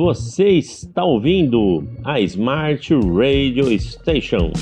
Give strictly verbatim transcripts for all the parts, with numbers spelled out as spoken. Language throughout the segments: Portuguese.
Você está ouvindo a Smart Radio Station.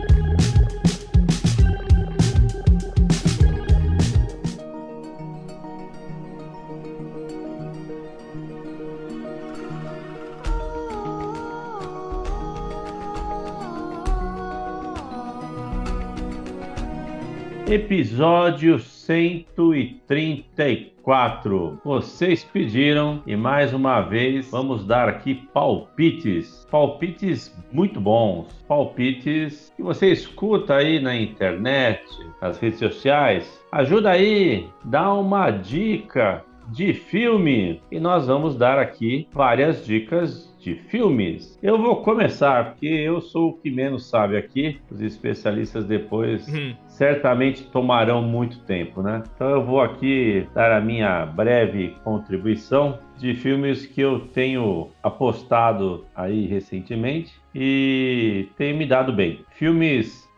Episódio cento e trinta e quatro. Vocês pediram e mais uma vez vamos dar aqui palpites. Palpites muito bons. Palpites que você escuta aí na internet, nas redes sociais. Ajuda aí, dá uma dica de filme. E nós vamos dar aqui várias dicas de filmes. Eu vou começar, porque eu sou o que menos sabe aqui. Os especialistas depois hum. certamente tomarão muito tempo, né? Então eu vou aqui dar a minha breve contribuição de filmes que eu tenho apostado aí recentemente e tem me dado bem. Filmes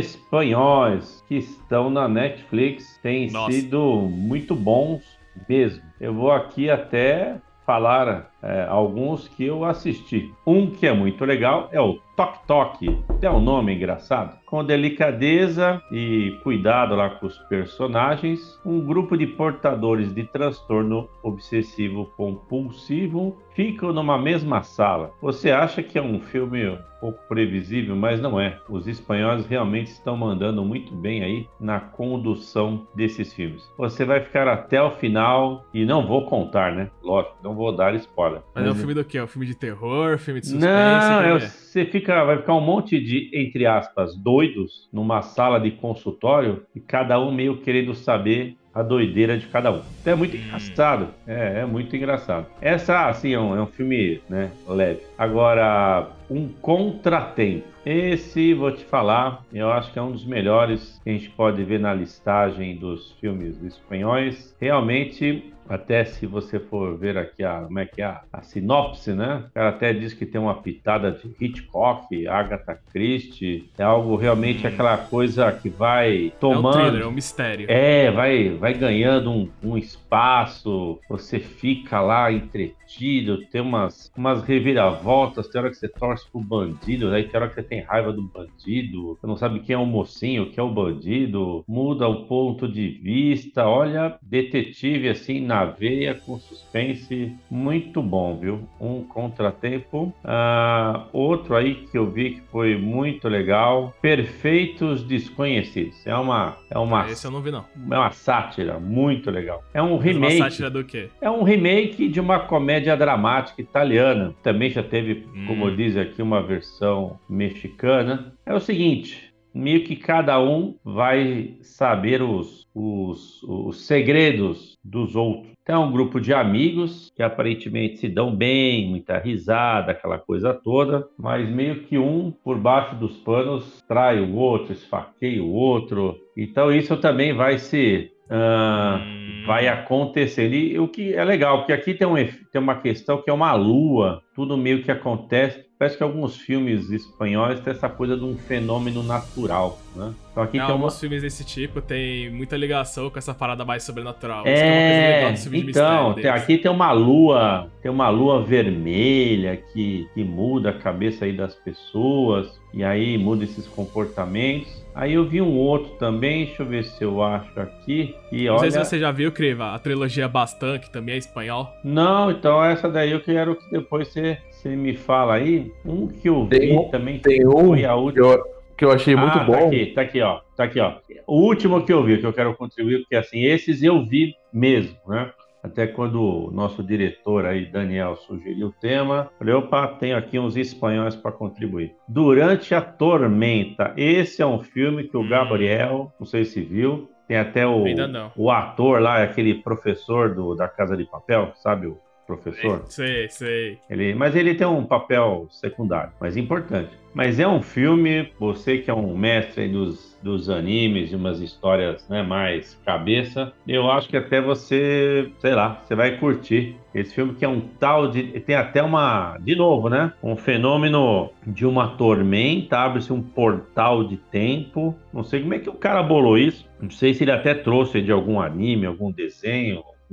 espanhóis que estão na Netflix têm Nossa. sido muito bons mesmo. Eu vou aqui até falar é, alguns que eu assisti. Um que é muito legal é o Toque Toque, tem um nome engraçado. Com delicadeza e cuidado lá com os personagens, um grupo de portadores de transtorno obsessivo compulsivo ficam numa mesma sala. Você acha que é um filme um pouco previsível, mas não é. Os espanhóis realmente estão mandando muito bem aí na condução desses filmes. Você vai ficar até o final e não vou contar, né? Lógico, não vou dar spoiler. Mas é um filme do quê? É um filme de terror? Filme de suspense? Não, é, você fica, vai ficar um monte de, entre aspas, doidos numa sala de consultório e cada um meio querendo saber a doideira de cada um. Então é muito hum. engraçado. É, é muito engraçado. Essa, assim, é um, é um filme, né, leve. Agora, Um Contratempo. Esse, vou te falar, eu acho que é um dos melhores que a gente pode ver na listagem dos filmes espanhóis. Realmente, até se você for ver aqui a, como é que é a, a sinopse, né? O cara até diz que tem uma pitada de Hitchcock, Agatha Christie. É algo realmente hum. aquela coisa que vai tomando... É um thriller, é um mistério. É, vai, vai ganhando um, um espaço, você fica lá entretido, tem umas, umas reviravoltas, tem hora que você torce pro bandido, aí tem hora que você tem raiva do bandido, você não sabe quem é o mocinho, quem é o bandido, muda o ponto de vista, olha, detetive assim na veia, com suspense, muito bom, viu? Um Contratempo. Ah, outro aí que eu vi que foi muito legal, Perfeitos Desconhecidos. É uma... É uma ah, esse eu não vi, não. É uma sátira muito legal. É um remake. Uma sátira do quê? É um remake de uma comédia dramática italiana. Também já teve, hum. como diz aqui, uma versão mexicana. É o seguinte, meio que cada um vai saber os, os, os segredos dos outros. Então é um grupo de amigos que aparentemente se dão bem, muita risada, aquela coisa toda, mas meio que um, por baixo dos panos, trai o outro, esfaqueia o outro. Então isso também vai se... Uh, hum. vai acontecer. E o que é legal, porque aqui tem, um, tem uma questão que é uma lua, tudo meio que acontece. Parece que alguns filmes espanhóis têm essa coisa de um fenômeno natural, né? Então aqui Não, tem alguns uma... filmes desse tipo tem muita ligação com essa parada mais sobrenatural. É, Isso que é uma coisa legal do filme de então, mistério tem, aqui tem uma lua, tem uma lua vermelha que, que muda a cabeça aí das pessoas e aí muda esses comportamentos. Aí eu vi um outro também, deixa eu ver se eu acho aqui. E Não olha... sei se você já viu, Criva, a trilogia Bastan, que também é espanhol. Não, então essa daí eu quero que depois você, você me fala aí. Um que eu vi tem um, também tem um foi a última. Que eu, que eu achei muito ah, bom. Tá aqui, tá aqui, ó. Tá aqui, ó. O último que eu vi, que eu quero contribuir, porque assim, esses eu vi mesmo, né? Até quando o nosso diretor aí, Daniel, sugeriu o tema, falei, opa, tenho aqui uns espanhóis para contribuir. Durante a Tormenta. Esse é um filme que o Gabriel, não sei se viu, tem até o, o ator lá, aquele professor do, da Casa de Papel, sabe o professor? Sei, sei. Ele, mas ele tem um papel secundário, mas importante. Mas é um filme, você que é um mestre aí dos, dos animes, de umas histórias, né, mais cabeça, eu acho que até você, sei lá, você vai curtir. Esse filme que é um tal de... Tem até uma... De novo, né? Um fenômeno de uma tormenta, abre-se um portal de tempo. Não sei como é que o cara bolou isso. Não sei se ele até trouxe de algum anime, algum desenho,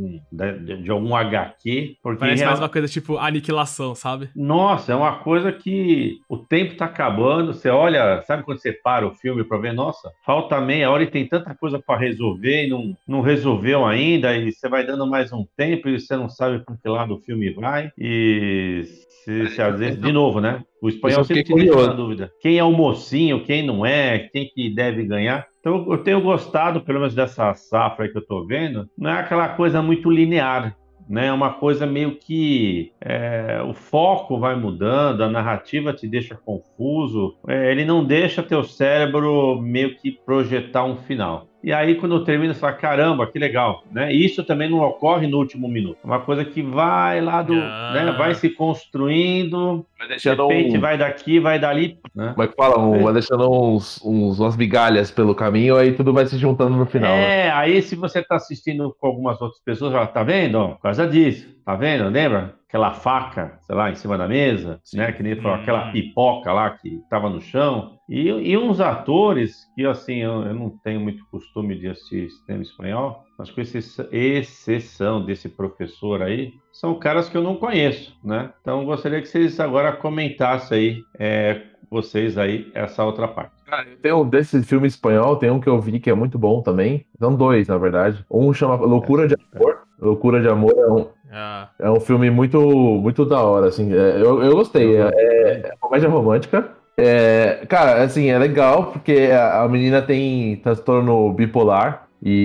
algum, de, de algum agá quê. Porque Parece real... mais uma coisa tipo aniquilação, sabe? Nossa, é uma coisa que o tempo tá acabando. Você olha, sabe quando você para o filme para ver? Nossa, falta meia hora e tem tanta coisa para resolver e não, não resolveu ainda. E você vai dando mais um tempo e você não sabe para que lado o filme vai. E se, se às vezes, de novo, né? O Isso espanhol eu fiquei sempre te deixa na curioso. dúvida. Quem é o mocinho, quem não é, quem que deve ganhar. Então, eu tenho gostado, pelo menos dessa safra aí que eu tô vendo, não é aquela coisa muito linear, né? É uma coisa meio que é, o foco vai mudando, a narrativa te deixa confuso, é, ele não deixa teu cérebro meio que projetar um final. E aí, quando termina, você fala, caramba, que legal, né? E isso também não ocorre no último minuto. É uma coisa que vai lá do, né? Vai Ah, se construindo, Vai de deixando repente um. vai daqui, vai dali, né? Como é que fala? Um, vai deixando uns, uns, umas migalhas pelo caminho, aí tudo vai se juntando no final, né? É, aí se você está assistindo com algumas outras pessoas, ela tá vendo? Ó, por causa disso, tá vendo? Lembra? Aquela faca, sei lá, em cima da mesa, né? sim. Que nem falou, aquela Hum. pipoca lá que estava no chão. E, e uns atores que, assim, eu, eu não tenho muito costume de assistir cinema espanhol, mas com exceção, exceção desse professor aí, são caras que eu não conheço, né? Então, gostaria que vocês agora comentassem aí, é, vocês aí, essa outra parte. Cara, eu tenho desse filme espanhol, tem um que eu vi que é muito bom também. São dois, na verdade. Um chama Loucura de Amor. Loucura de Amor é um, Ah, é um filme muito, muito da hora, assim. É, eu, eu gostei. É, é, é comédia romântica. É, cara, assim, é legal porque a, a menina tem transtorno bipolar.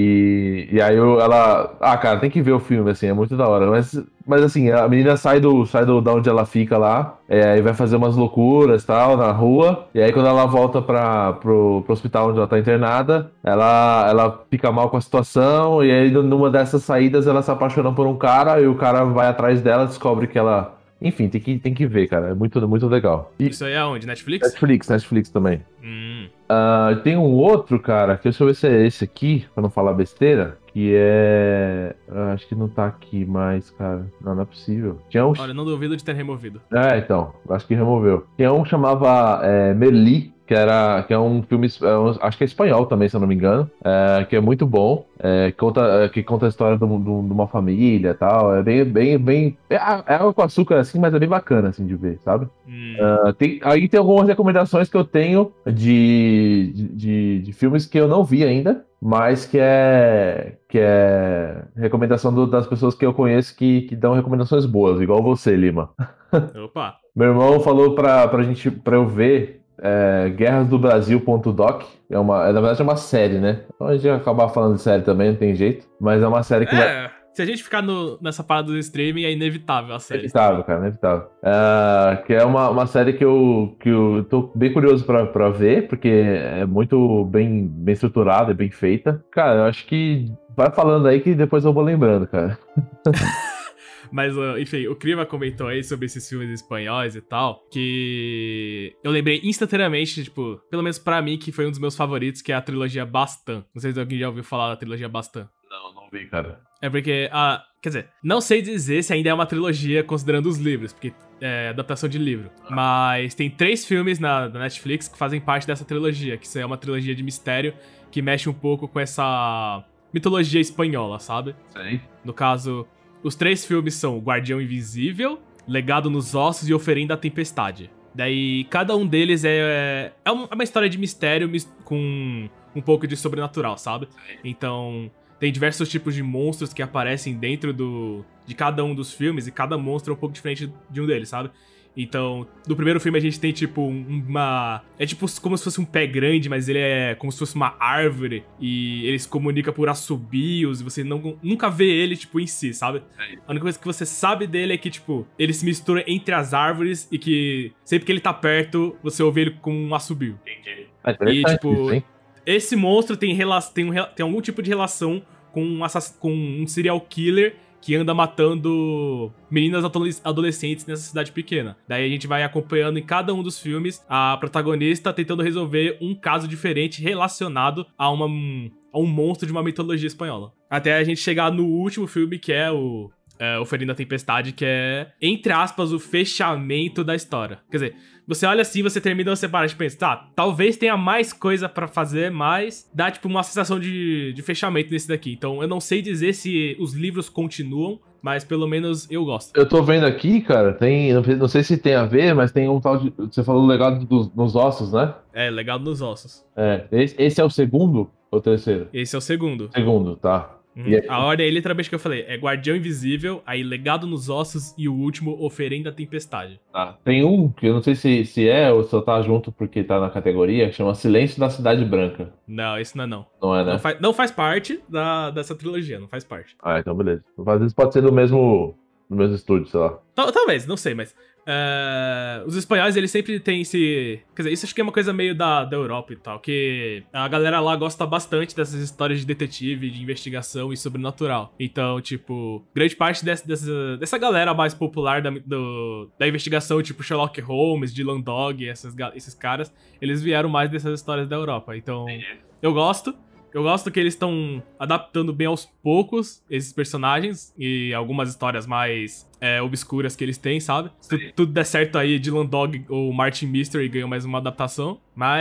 E, e aí eu- ela. Ah, cara, tem que ver o filme, assim, é muito da hora. Mas, mas assim, a menina sai do, sai do da onde ela fica lá, é, e vai fazer umas loucuras tal na rua. E aí quando ela volta pra, pro, pro hospital onde ela tá internada, ela, ela fica mal com a situação. E aí numa dessas saídas ela se apaixona por um cara e o cara vai atrás dela, descobre que ela. Enfim, tem que, tem que ver, cara. É muito, muito legal. E isso aí é onde? Netflix? Netflix, Netflix também. Hum. Ah, tem um outro, cara, que deixa eu ver se é esse aqui, pra não falar besteira, que é. Ah, acho que não tá aqui mais, cara. Não, não é possível. Tinha um. Olha, não duvido de ter removido. É, então, acho que removeu. Tinha um que chamava é, Merli, que era, que é um filme, é um- acho que é espanhol também, se eu não me engano, é, que é muito bom, é, que conta, é, que conta a história de, um- de um- de uma família e tal, é bem, bem, bem, é, é água com açúcar assim, mas é bem bacana assim de ver, sabe? Hum. Ah, tem- aí tem algumas recomendações que eu tenho de, de, de- de filmes que eu não vi ainda, mas que é, que é recomendação do- das pessoas que eu conheço que, que dão recomendações boas, igual você, Lima. Opa. Meu irmão falou pra, pra gente, pra eu ver é, guerras do Brasil ponto doc. É uma, é, na verdade é uma série, né? Então a gente vai acabar falando de série também, não tem jeito. Mas é uma série que vai. É, se a gente ficar no- nessa parada do streaming, é inevitável a série. Inevitável, cara, inevitável. É, que é uma, uma série que eu, que eu tô bem curioso pra, pra ver, porque é muito bem, bem estruturada e bem feita. Cara, eu acho que vai falando aí que depois eu vou lembrando, cara. Mas, uh, enfim, o Kriva comentou aí sobre esses filmes espanhóis e tal, que eu lembrei instantaneamente, tipo, pelo menos pra mim, que foi um dos meus favoritos, que é a trilogia Bastan. Não sei se alguém já ouviu falar da trilogia Bastan. Não, não vi, cara. É porque, a, quer dizer, não sei dizer se ainda é uma trilogia considerando os livros, porque é adaptação de livro. Mas tem três filmes na, na Netflix que fazem parte dessa trilogia, que é uma trilogia de mistério que mexe um pouco com essa mitologia espanhola, sabe? Sei. No caso, os três filmes são O Guardião Invisível, Legado nos Ossos e Oferenda à Tempestade. Daí, cada um deles é, é um- é uma história de mistério mis- com um pouco de sobrenatural, sabe? Então, tem diversos tipos de monstros que aparecem dentro do, de cada um dos filmes, e cada monstro é um pouco diferente de um deles, sabe? Então, no primeiro filme a gente tem, tipo, uma... É tipo como se fosse um pé grande, mas ele é como se fosse uma árvore. E ele se comunica por assobios, e você não, nunca vê ele, tipo, em si, sabe? A única coisa que você sabe dele é que, tipo, ele se mistura entre as árvores e que sempre que ele tá perto, você ouve ele com um assobio. Entendi. Ah, E, interessante tipo, isso, hein? esse monstro tem, rela tem, um, rela- tem algum tipo de relação com um, assass- com um serial killer que anda matando meninas adole- adolescentes nessa cidade pequena. Daí a gente vai acompanhando em cada um dos filmes a protagonista tentando resolver um caso diferente relacionado a, uma, a um monstro de uma mitologia espanhola. Até a gente chegar no último filme, que é o é, O Ferindo da Tempestade, que é, entre aspas, o fechamento da história. Quer dizer, você olha assim, você termina, você para de pensar, tá, talvez tenha mais coisa pra fazer, mas dá, tipo, uma sensação de, de fechamento nesse daqui. Então, eu não sei dizer se os livros continuam, mas pelo menos eu gosto. Eu tô vendo aqui, cara, tem. Não sei se tem a ver, mas tem um tal de. Você falou do legado dos, nos ossos, né? É, Legado nos Ossos. É. Esse, esse é o segundo ou o terceiro? Esse é o segundo. Segundo, tá. Uhum. E aí- A ordem é literalmente que eu falei. É Guardião Invisível, aí Legado nos Ossos e o último, Oferenda à Tempestade. Tá. Tem um que eu não sei se, se é ou se só tá junto porque tá na categoria, que chama Silêncio da Cidade Branca. Não, esse não é não. Não é, né? Não, faz, não faz parte da, dessa trilogia, não faz parte. Ah, então beleza. Às vezes pode ser do mesmo, do mesmo estúdio, sei lá. Tal- Talvez, não sei, mas... é, os espanhóis, eles sempre têm esse... Quer dizer, isso acho que é uma coisa meio da, da Europa e tal, que a galera lá gosta bastante dessas histórias de detetive, de investigação e sobrenatural. Então, tipo, grande parte dessa, dessa, dessa galera mais popular da, do, da investigação, tipo Sherlock Holmes, Dylan Dog, essas, ga- esses caras, eles vieram mais dessas histórias da Europa. Então, eu gosto. Eu gosto que eles estão adaptando bem aos poucos esses personagens e algumas histórias mais é, obscuras que eles têm, sabe? Se tu- tudo der certo aí, Dylan Dog ou Martin Mystery ganham mais uma adaptação.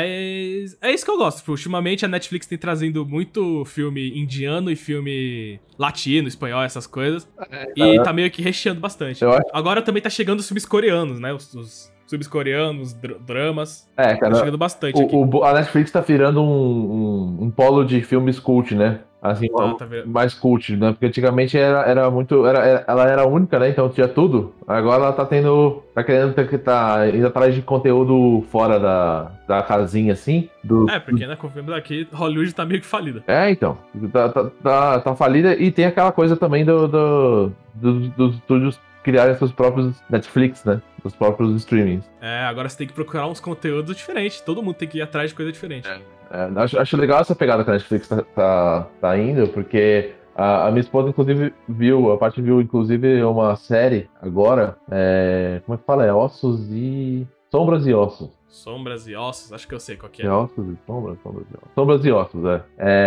Mas é isso que eu gosto. Tipo, ultimamente a Netflix tem trazendo muito filme indiano e filme latino, espanhol, essas coisas. E tá meio que recheando bastante. Eu acho- Agora também tá chegando os filmes coreanos, né? Os, os filmes coreanos, dr- dramas. É, Tá cara. chegando bastante aqui. O, o- a Netflix tá virando um, um, um polo de filmes cult, né? Assim, Tá, um- tá vendo? mais cult, né? Porque antigamente era, era muito. Era, era- ela era única, né? Então tinha tudo. Agora ela tá tendo. Tá querendo ter que tá indo atrás de conteúdo fora da, da casinha, assim. Do, É, porque, né, convenhamos aqui, Hollywood tá meio que falida. É, então. Tá, tá, tá, tá falida e tem aquela coisa também do, do, do- dos estúdios criarem seus próprios Netflix, né? Os próprios streamings. É, agora você tem que procurar uns conteúdos diferentes. Todo mundo tem que ir atrás de coisa diferente. É, acho, acho legal essa pegada que a Netflix tá, tá, tá indo, porque a, a minha esposa, inclusive, viu, a parte viu, inclusive, uma série agora. É, como é que fala? É Ossos e. Sombras e Ossos. Sombras e Ossos, acho que eu sei qual que É é. Ossos e Sombras? Sombras e Ossos. Sombras e Ossos, é.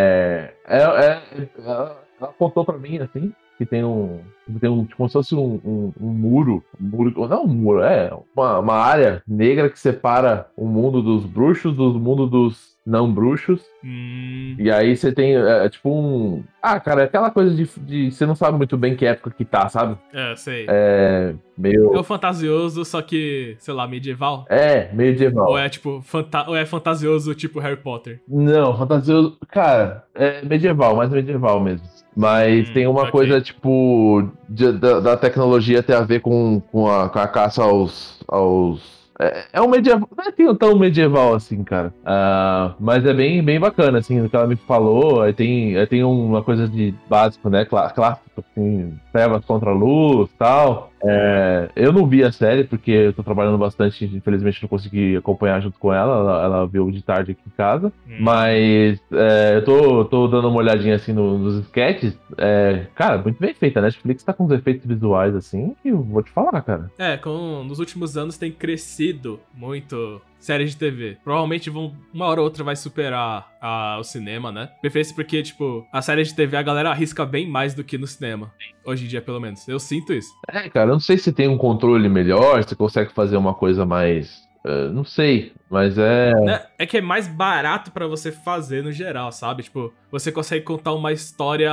É. é, é- ela, ela contou pra mim, assim, que tem um. que tem um. Como se fosse um, um, um muro. Um muro. Não um muro, é. Uma, uma área negra que separa o mundo dos bruxos do mundo dos não bruxos. Hum, E aí você tem, é, é tipo um. Ah, cara, é aquela coisa de, de. Você não sabe muito bem que época que tá, sabe? é, sei. É. Meio. É o fantasioso, só que, sei lá, medieval. É, medieval. Ou é tipo, fanta ou é fantasioso tipo Harry Potter. Não, fantasioso. Cara, é medieval, mais medieval mesmo. Mas Hum, tem uma ok. coisa, tipo, de- da, da tecnologia ter a ver com, com, a, com a caça aos. aos é, é um medieval. Não é tão- tão medieval assim, cara. Ah, mas é bem, bem bacana, assim, o que ela me falou. Aí tem, aí tem uma coisa de básico, né? clá- Clássico, assim, trevas contra a luz e tal. É, eu não vi a série porque eu tô trabalhando bastante, infelizmente não consegui acompanhar junto com ela. Ela, ela viu de tarde aqui em casa. Hum. Mas é, eu tô, tô dando uma olhadinha assim no- nos sketches. É, cara, muito bem feita. A Netflix tá com uns efeitos visuais assim que eu vou te falar, cara. É, com, nos últimos anos tem crescido muito séries de T V. Provavelmente vão, uma hora ou outra vai superar a- o cinema, né? Preferência porque, tipo, a série de T V a galera arrisca bem mais do que no cinema. Hoje em dia, pelo menos. Eu sinto isso. É, cara, eu não sei se tem um controle melhor, se consegue fazer uma coisa mais. é, não sei, mas é. Né? É que é mais barato pra você fazer no geral, sabe? Tipo, você consegue contar uma história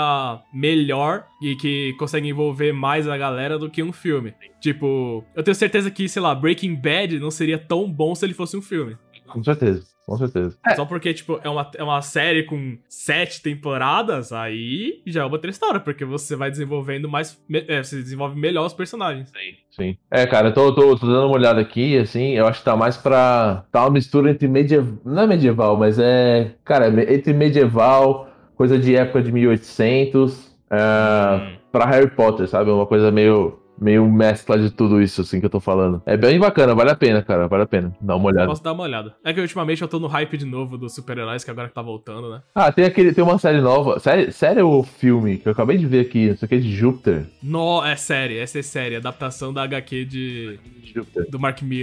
melhor e que consegue envolver mais a galera do que um filme. Tipo, eu tenho certeza que, sei lá, Breaking Bad não seria tão bom se ele fosse um filme. Com certeza, com certeza. Só porque, tipo, é uma, é uma série com sete temporadas, aí já é uma outra história, porque você vai desenvolvendo mais. me- É, você desenvolve melhor os personagens. Sim. É, cara, eu tô, tô, tô dando uma olhada aqui, assim, eu acho que tá mais pra. Tá uma mistura entre medieval. Não é medieval, mas é. Cara, é entre medieval, coisa de época de mil e oitocentos, é, Hum. pra Harry Potter, sabe? Uma coisa meio. Meio mescla de tudo isso, assim, que eu tô falando. É bem bacana, vale a pena, cara, vale a pena. Dá uma olhada. Posso dar uma olhada. É que ultimamente eu tô no hype de novo dos super-heróis, que agora que tá voltando, né? Ah, tem aquele, tem uma série nova. Série, série ou filme que eu acabei de ver aqui, isso aqui é de Júpiter. No, é série, essa é série, adaptação da H Q de, Júpiter. do Mark Miller.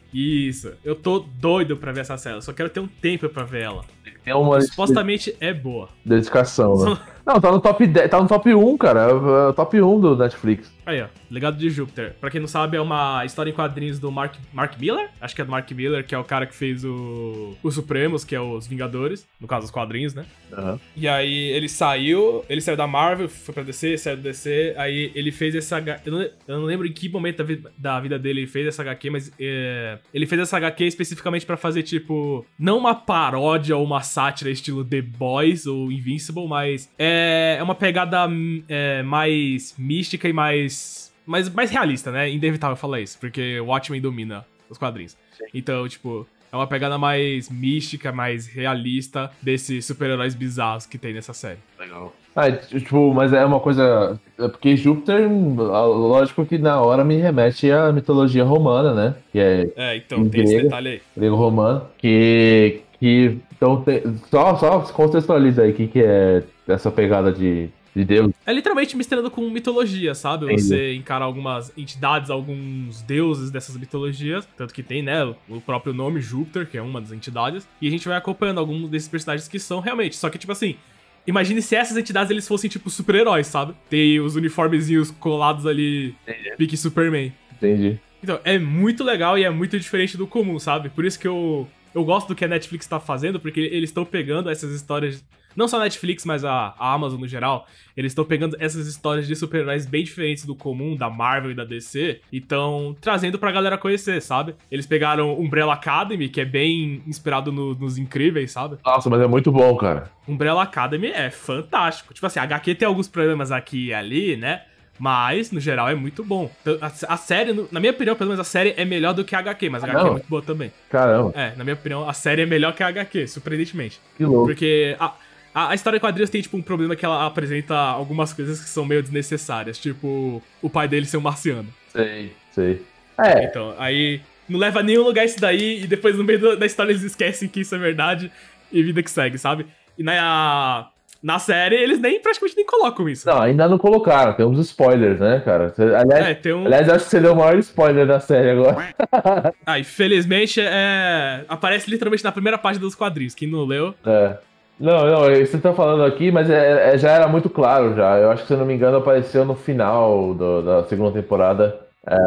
Isso. Eu tô doido pra ver essa série. Eu só quero ter um tempo pra ver ela. Tem uma Supostamente é boa. dedicação, né? Não, tá no top dez, tá no top um, cara. É o top um do Netflix. Aí, ó. Legado de Júpiter. Pra quem não sabe, é uma história em quadrinhos do Mark, Mark Miller. Acho que é do Mark Miller, que é o cara que fez o, o Supremos, que é os Vingadores. No caso, os quadrinhos, né? Uhum. E aí ele saiu, ele saiu da Marvel, foi pra D C, saiu do D C. Aí ele fez essa... H- Eu não, eu não lembro em que momento da, vi- da vida dele ele fez essa H Q, mas é, ele fez essa H Q especificamente pra fazer, tipo... Não uma paródia ou uma sátira estilo The Boys ou Invincible, mas é, é uma pegada é, mais mística e mais... Mais, mais realista, né? Inevitável falar isso, porque o Watchmen domina os quadrinhos. Sim. Então, tipo, é uma pegada mais mística, mais realista desses super-heróis bizarros que tem nessa série. Legal. Ah, tipo, mas é uma coisa. É porque Júpiter, lógico que na hora me remete à mitologia romana, né? Que é É, então, tem esse detalhe aí. grego-romano. Que. que então, tem, só, só contextualiza aí o que, que é essa pegada de. De Deus. É literalmente misturando com mitologia, sabe? Entendi. Você encara algumas entidades, alguns deuses dessas mitologias. Tanto que tem, né, o próprio nome Júpiter, que é uma das entidades. E a gente vai acompanhando alguns desses personagens que são realmente. Só que, tipo assim, imagine se essas entidades eles fossem, tipo, super-heróis, sabe? Tem os uniformezinhos colados ali, Entendi. pique Superman. Entendi. Então, é muito legal e é muito diferente do comum, sabe? Por isso que eu, eu gosto do que a Netflix tá fazendo, porque eles estão pegando essas histórias... Não só a Netflix, mas a, a Amazon no geral. Eles estão pegando essas histórias de super-heróis bem diferentes do comum, da Marvel e da D C, e estão trazendo pra galera conhecer, sabe? Eles pegaram Umbrella Academy, que é bem inspirado no- nos Incríveis, sabe? Nossa, mas é muito bom, cara. Umbrella Academy é fantástico. Tipo assim, a H Q tem alguns problemas aqui e ali, né? Mas, no geral, é muito bom. Então, A, a série, no- na minha opinião, pelo menos a série é melhor do que a H Q, mas a Ah, H Q é não? muito boa também. Caramba, É, na minha opinião, a série é melhor que a H Q, surpreendentemente. que louco. Porque a, a, a história de quadrinhos tem, tipo, um problema que ela apresenta algumas coisas que são meio desnecessárias. Tipo, o pai dele ser um marciano. Sei, sei. É, Então, aí não leva a nenhum lugar isso daí, e depois no meio do- da história eles esquecem que isso é verdade, e vida que segue, sabe? E na, na série eles nem praticamente nem colocam isso. não, ainda não colocaram, tem uns spoilers, né, cara? Cê- Aliás, É, tem um... aliás, acho que você deu o maior spoiler da série agora. Ah, infelizmente, é... aparece literalmente na primeira página dos quadrinhos. Quem não leu... É. Não, não, você tá falando aqui, mas é- é- já era muito claro já. Eu acho que, se eu não me engano, apareceu no final do- da segunda temporada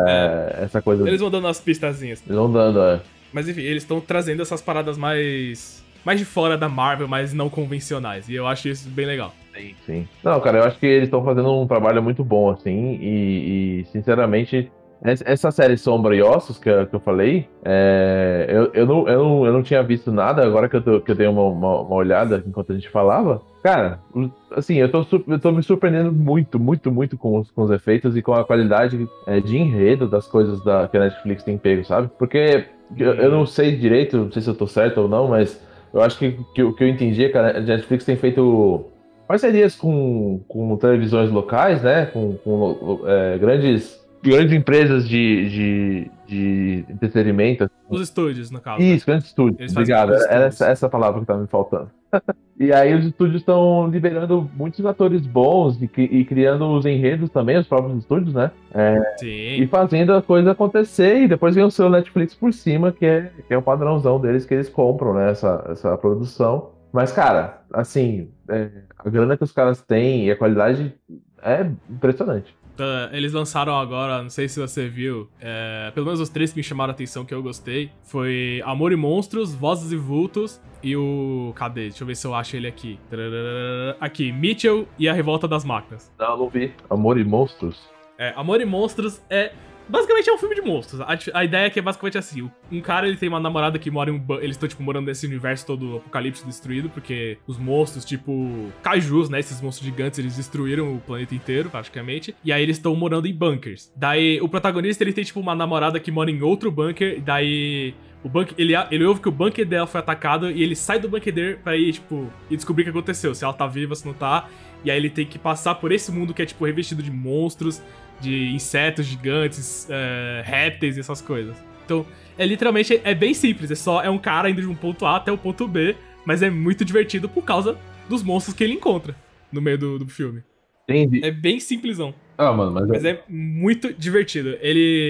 é, essa coisa. Eles vão dando umas pistazinhas. Eles vão dando, é. Mas enfim, eles estão trazendo essas paradas mais... mais de fora da Marvel, mais não convencionais. E eu acho isso bem legal. Sim, sim. Não, cara, eu acho que eles estão fazendo um trabalho muito bom, assim, e, e, sinceramente, es- essa série Sombra e Ossos que, eu- que eu falei, é, eu, eu, não, eu, não, eu não tinha visto nada, agora que eu, tô- que eu dei uma, uma, uma olhada enquanto a gente falava. Cara, assim, eu tô, su- eu tô me surpreendendo muito, muito, muito com os, com os efeitos e com a qualidade é, de enredo das coisas da, que a Netflix tem pego, sabe? Porque eu, eu não sei direito, não sei se eu tô certo ou não, mas eu acho que, que o que eu entendi é que a Netflix tem feito parcerias com, com televisões locais, né? Com, com, é, grandes, grandes empresas de, de, de entretenimento. Os estúdios, no caso. né? Isso, grandes estúdios. Eles fazem Obrigado. grandes Era estúdios. essa, essa palavra que tá me faltando. E aí os estúdios estão liberando muitos atores bons e, cri- e criando os enredos também, os próprios estúdios, né? E Sim. fazendo a coisa acontecer, e depois vem o seu Netflix por cima, que é, que é o padrãozão deles que eles compram, né? Essa, essa produção. Mas, cara, assim, é, a grana que os caras têm e a qualidade é impressionante. Tá, eles lançaram agora, não sei se você viu, é, pelo menos os três que me chamaram a atenção que eu gostei, foi Amor e Monstros, Vozes e Vultos e o... Cadê? Deixa eu ver se eu acho ele aqui. Tararara. Aqui, Mitchell e a Revolta das Máquinas. Não, não vi. Amor e Monstros? É, Amor e Monstros é... Basicamente é um filme de monstros. A, a ideia é que é basicamente assim: um cara ele tem uma namorada que mora em um. ba- Eles estão, tipo, morando nesse universo todo apocalipse destruído, porque os monstros, tipo. Kaijus, né? Esses monstros gigantes, eles destruíram o planeta inteiro, praticamente. E aí eles estão morando em bunkers. Daí o protagonista ele tem, tipo, uma namorada que mora em outro bunker. E daí. O bunker, ele, ele ouve que o bunker dela foi atacado e ele sai do bunker dele pra ir, tipo, e descobrir o que aconteceu. Se ela tá viva, se não tá. E aí ele tem que passar por esse mundo que é, tipo, revestido de monstros, de insetos gigantes, é, répteis e essas coisas. Então, é literalmente, é bem simples. É só, é um cara indo de um ponto A até o ponto B, mas é muito divertido por causa dos monstros que ele encontra no meio do, do filme. Entendi. É bem simplesão. Ah, mano, mas, Mas é muito divertido. Ele.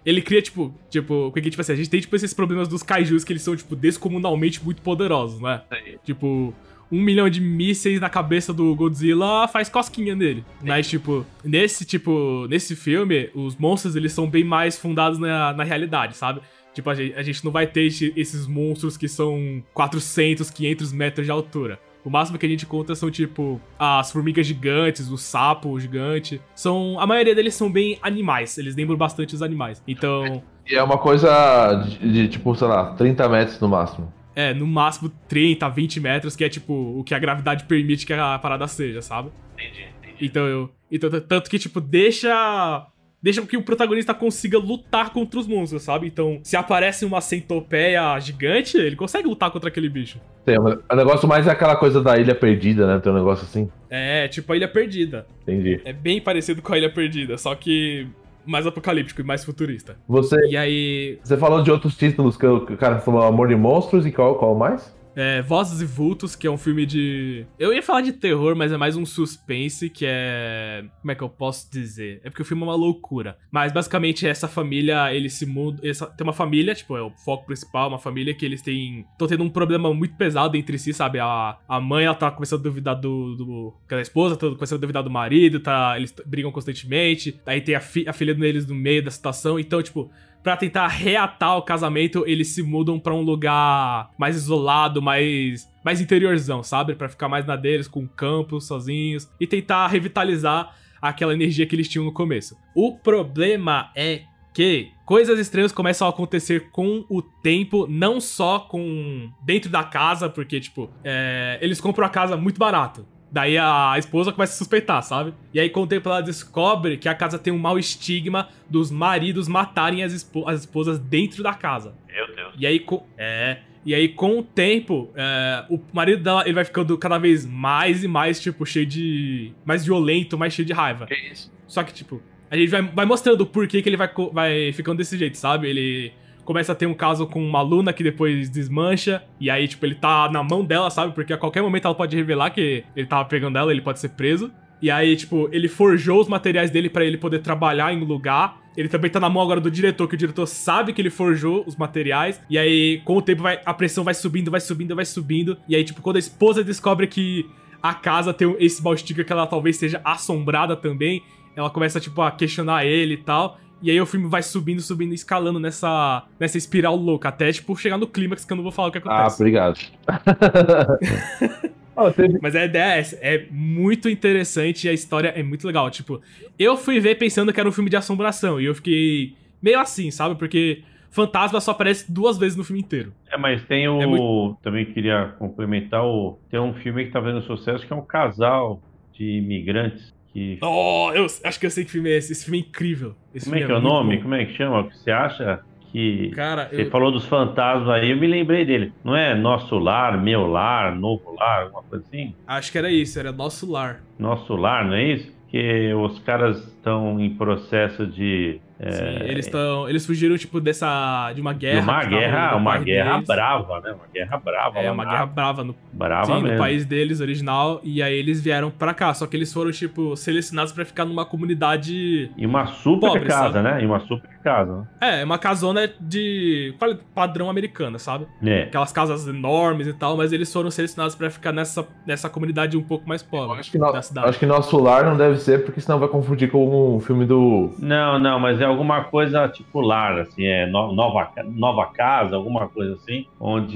ele cria, tipo, tipo, porque, tipo assim, a gente tem, tipo, esses problemas dos kaijus que eles são, tipo, descomunalmente muito poderosos, né? Sim. Tipo, um milhão de mísseis na cabeça do Godzilla faz cosquinha nele. Mas, tipo, nesse, tipo, nesse filme, os monstros, eles são bem mais fundados na, na realidade, sabe? Tipo, a gente, a gente não vai ter esses monstros que são quatrocentos, quinhentos metros de altura. O máximo que a gente conta são, tipo, as formigas gigantes, o sapo gigante. São, a maioria deles são bem animais, eles lembram bastante os animais. Então... E é uma coisa de, de, tipo, sei lá, trinta metros no máximo. É, no máximo trinta, vinte metros, que é, tipo, o que a gravidade permite que a parada seja, sabe? Entendi, entendi. Então, eu, então tanto que, tipo, deixa... Deixa que o protagonista consiga lutar contra os monstros, sabe? Então, se aparece uma centopeia gigante, ele consegue lutar contra aquele bicho. Tem, o negócio mais é aquela coisa da Ilha Perdida, né? Tem um negócio assim. É, tipo a Ilha Perdida. Entendi. É bem parecido com a Ilha Perdida, só que mais apocalíptico e mais futurista. Você, E aí... você falou de outros títulos que o cara falou Amor de Monstros e qual, qual mais? É, Vozes e Vultos, que é um filme de... Eu ia falar de terror, mas é mais um suspense, que é... Como é que eu posso dizer? É porque o filme é uma loucura. Mas, basicamente, essa família, eles se mudam... Essa... Tem uma família, tipo, é o foco principal, uma família que eles têm... Estão tendo um problema muito pesado entre si, sabe? A, a mãe, ela tá começando a duvidar do... do... Aquela esposa tá começando a duvidar do marido, tá... Eles brigam constantemente. Aí tem a, fi... a filha deles no meio da situação. Então, tipo... Pra tentar reatar o casamento, eles se mudam pra um lugar mais isolado, mais, mais interiorzão, sabe? Pra ficar mais na deles, com campos, sozinhos. E tentar revitalizar aquela energia que eles tinham no começo. O problema é que coisas estranhas começam a acontecer com o tempo, não só com dentro da casa, porque, tipo, é, eles compram a casa muito barato. Daí a esposa começa a suspeitar, sabe? E aí, com o tempo, ela descobre que a casa tem um mau estigma dos maridos matarem as, espo as esposas dentro da casa. Meu Deus. E aí, com... É... E aí, com o tempo, é, o marido dela, ele vai ficando cada vez mais e mais, tipo, cheio de... Mais violento, mais cheio de raiva. Que isso? Só que, tipo, a gente vai, vai mostrando o porquê que ele vai, vai ficando desse jeito, sabe? Ele... Começa a ter um caso com uma aluna que depois desmancha. E aí, tipo, ele tá na mão dela, sabe? Porque a qualquer momento ela pode revelar que ele tava pegando ela, ele pode ser preso. E aí, tipo, ele forjou os materiais dele pra ele poder trabalhar em um lugar. Ele também tá na mão agora do diretor, que o diretor sabe que ele forjou os materiais. E aí, com o tempo, vai, a pressão vai subindo, vai subindo, vai subindo. E aí, tipo, quando a esposa descobre que a casa tem esse mau estigma, que ela talvez seja assombrada também, ela começa, tipo, a questionar ele e tal. E aí o filme vai subindo, subindo, escalando nessa, nessa espiral louca. Até, tipo, chegar no clímax, que eu não vou falar o que acontece. Ah, obrigado. oh, teve... Mas a ideia é essa. É muito interessante e a história é muito legal. Tipo, eu fui ver pensando que era um filme de assombração. E eu fiquei meio assim, sabe? Porque fantasma só aparece duas vezes no filme inteiro. É, mas tem o... É muito... Também queria complementar o... Tem um filme que tá fazendo sucesso, que é um casal de imigrantes. Que... Oh, eu acho que eu sei que filme é esse. Esse filme é incrível. Esse Como é filme que é o nome? bom. Como é que chama? Você acha que... Cara, Você eu... falou dos fantasmas aí, eu me lembrei dele. Não é Nosso Lar, Meu Lar, Novo Lar, alguma coisa assim? Acho que era isso, era Nosso Lar. Nosso Lar, não é isso? Que os caras estão em processo de... É... Sim, eles estão. Eles fugiram, tipo, dessa. De uma guerra. De uma guerra, uma guerra deles. brava, né? Uma guerra brava. É, lá uma na... guerra brava no, brava sim, mesmo. no país deles, original. E aí eles vieram pra cá. Só que eles foram, tipo, selecionados pra ficar numa comunidade. E uma super pobre, casa, sabe? né? E uma super casa, né? É, uma casona de padrão americana, sabe? É. Aquelas casas enormes e tal, mas eles foram selecionados pra ficar nessa, nessa comunidade um pouco mais pobre. Acho que, no... da cidade. Acho que Nosso Lar não deve ser, porque senão vai confundir com o filme do... Não, não, mas é alguma coisa tipo lar, assim, é no, nova, nova casa, alguma coisa assim,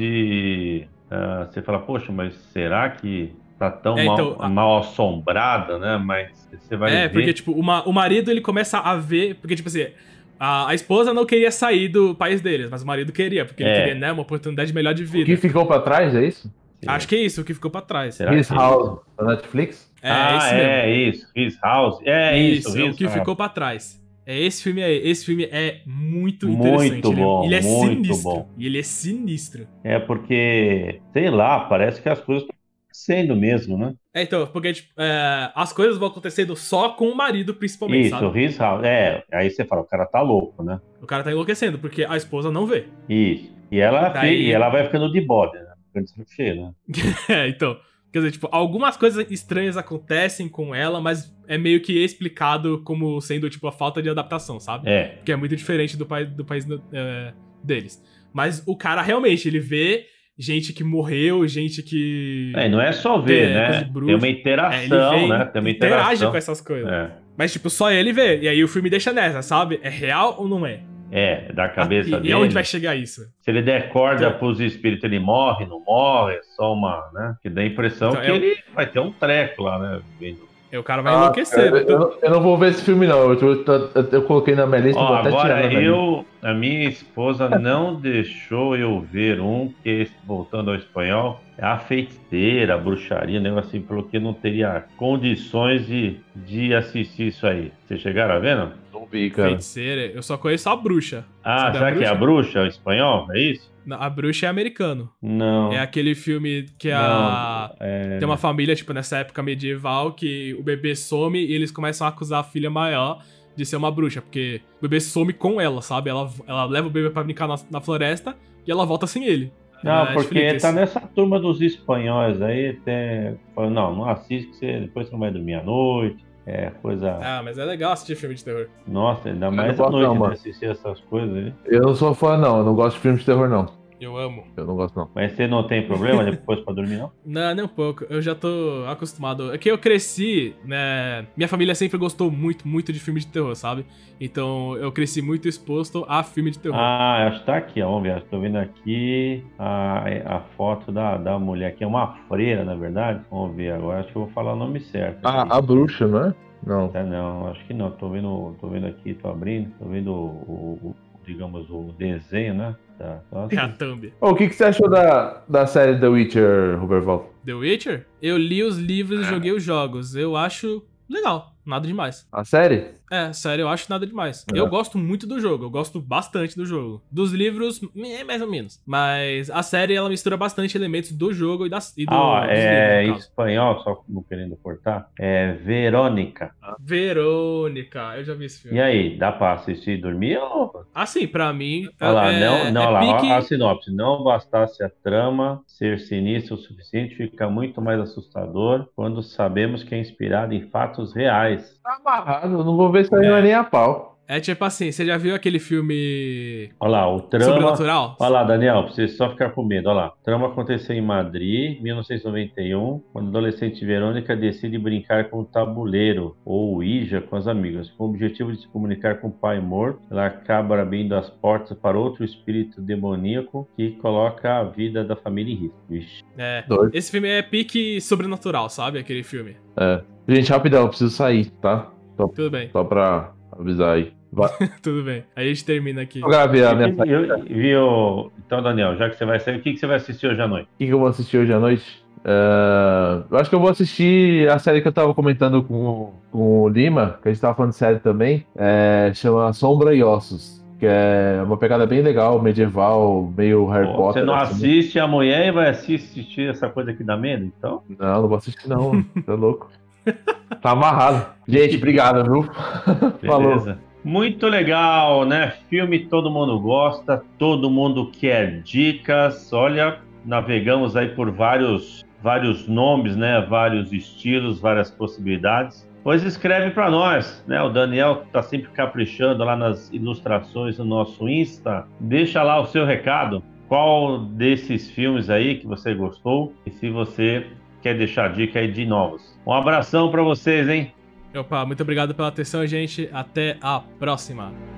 onde uh, você fala, poxa, mas será que tá tão É, mal, então, a- mal assombrada, né? Mas você vai É, ver... porque, tipo, o, ma- o marido, ele começa a ver... Porque, tipo assim, a, a esposa não queria sair do país deles, mas o marido queria, porque ele É. queria, né, uma oportunidade melhor de O vida. que ficou pra trás, é isso? Acho que é isso, o que ficou pra trás. Será His que é House, da Netflix? É, ah, esse mesmo. é isso, His House, é isso, isso, é o His que House. ficou pra trás. É esse filme aí. Esse filme é muito Muito interessante. Ele é- bom, ele é, muito sinistro. bom. E ele é sinistro. É porque, sei lá, parece que as coisas estão acontecendo mesmo, né? É, então, porque tipo, é, as coisas vão acontecendo só com o marido, principalmente, Isso, sabe? His House, é, aí você fala, o cara tá louco, né? O cara tá enlouquecendo, porque a esposa não vê. Isso, e ela, Daí- e ela vai ficando de bode, né? Ficando de cheio, né? É, então. Quer dizer, tipo, algumas coisas estranhas acontecem com ela, mas é meio que explicado como sendo, tipo, a falta de adaptação, sabe? É. Porque é muito diferente do, pai, do país é, deles. Mas o cara, realmente, ele vê gente que morreu, gente que... É, não é só ver, tem, né? Tem uma interação, é, ele vê, né? Tem uma interage interação. com essas coisas. É. Mas, tipo, só ele vê. E aí o filme deixa nessa, sabe? É real ou não é? É, da cabeça e, dele. E aonde vai chegar isso? Se ele der corda Então- pros espíritos, ele morre, não morre, é só uma, né? Que dá a impressão Então, que é um- ele vai ter um treco lá, né? Vendo. Aí o cara vai Ah, enlouquecer. cara, eu, eu- eu não vou ver esse filme, não. Eu, eu, eu- eu coloquei na minha lista, Ó, vou até tirar agora na minha lista. eu, a minha esposa não deixou eu ver um, que voltando ao espanhol, é a feiticeira, a bruxaria, um negócio assim, falou que eu não teria condições de, de assistir isso aí. Vocês chegaram a ver, não? Não vi, cara. Feiticeira, eu só conheço a bruxa. Ah, Sabe a será que é a bruxa, o espanhol? É isso? Não, a bruxa é americano. Não. É aquele filme que a... Não, é... tem uma família, tipo, nessa época medieval, que o bebê some e eles começam a acusar a filha maior de ser uma bruxa, porque o bebê some com ela, sabe? Ela, ela leva o bebê pra brincar na, na floresta e ela volta sem ele. Não, Na porque Netflix. tá nessa turma dos espanhóis aí, tem... Fala, não, não assiste que você, depois você não vai dormir à noite, é coisa... Ah, mas é legal assistir filme de terror. Nossa, ainda não mais à gosto noite, não, né, mano. assistir essas coisas aí. Eu não sou fã, não. Eu não gosto de filme de terror, não. Eu amo. Eu não gosto, não. Mas você não tem problema depois pra dormir, não? Não, nem um pouco. Eu já tô acostumado. É que eu cresci, né? Minha família sempre gostou muito, muito de filme de terror, sabe? Então eu cresci muito exposto a filme de terror. Ah, acho que tá aqui, ó. Vamos ver. Estou vendo aqui a, a foto da, da mulher, que é uma freira, na verdade. Vamos ver agora, acho que eu vou falar o nome certo. Ah, aqui. a bruxa, não é? Não. Tá, não, acho que não. Tô vendo, tô vendo aqui, tô abrindo, tô vendo o, o- digamos, o desenho, né? Tá. Nossa. Tem a thumb. Ô, o que, que você achou da, da série The Witcher, Roberval? The Witcher? Eu li os livros e joguei os jogos. Eu acho legal. Nada demais. A série? É, sério, eu acho nada demais. É. Eu gosto muito do jogo, eu gosto bastante do jogo. Dos livros, é mais ou menos. Mas a série, ela mistura bastante elementos do jogo e, das, e do, Ah, ó, dos é livros, em no caso. espanhol, só não querendo cortar. É Verônica. Verônica, eu já vi esse filme. E aí, dá pra assistir e dormir? Ou... Assim, pra mim, Olha lá, é, não, não, é olha lá, pique... a sinopse. Não bastasse a trama ser sinistra o suficiente, fica muito mais assustador quando sabemos que é inspirado em fatos reais. Tá amarrado, eu não vou ver isso aí É. mas nem a pau. É tipo assim, você já viu aquele filme Olha lá, o trama. Sobrenatural? Olha lá, Daniel, pra você só ficar com medo. Olha lá. O trama aconteceu em Madrid, mil novecentos e noventa e um, quando a adolescente Verônica decide brincar com o tabuleiro, ou Ouija, com as amigas. Com o objetivo de se comunicar com o pai morto, ela acaba abrindo as portas para outro espírito demoníaco que coloca a vida da família em risco. Vixe. É. Doido. Esse filme é pique sobrenatural, sabe? Aquele filme. É. Gente, rapidão, eu preciso sair, tá? Só, Tudo bem, só pra avisar aí. Vai. tudo bem. Aí a gente termina aqui. Eu gravei a minha Eu- saída. eu- viu? Então, Daniel, já que você vai sair, o que que você vai assistir hoje à noite? O que, que eu vou assistir hoje à noite? É, eu acho que eu vou assistir a série que eu tava comentando com, com o Lima, que a gente tava falando de série também. É, chama Sombra e Ossos. Que é uma pegada bem legal, medieval, meio Harry Pô, Potter. você não assim. assiste a mulher e vai assistir essa coisa que dá medo, então? Não, não vou assistir não. Você é louco. Tá amarrado. Gente, obrigado, viu? Falou. Beleza. Muito legal, né? Filme todo mundo gosta, todo mundo quer dicas. Olha, navegamos aí por vários, vários nomes, né? Vários estilos, várias possibilidades. Pois escreve para nós, né? O Daniel tá sempre caprichando lá nas ilustrações no nosso Insta. Deixa lá o seu recado. Qual desses filmes aí que você gostou? E se você quer deixar dica aí de novos. Um abração para vocês, hein? Opa, muito obrigado pela atenção, gente. Até a próxima.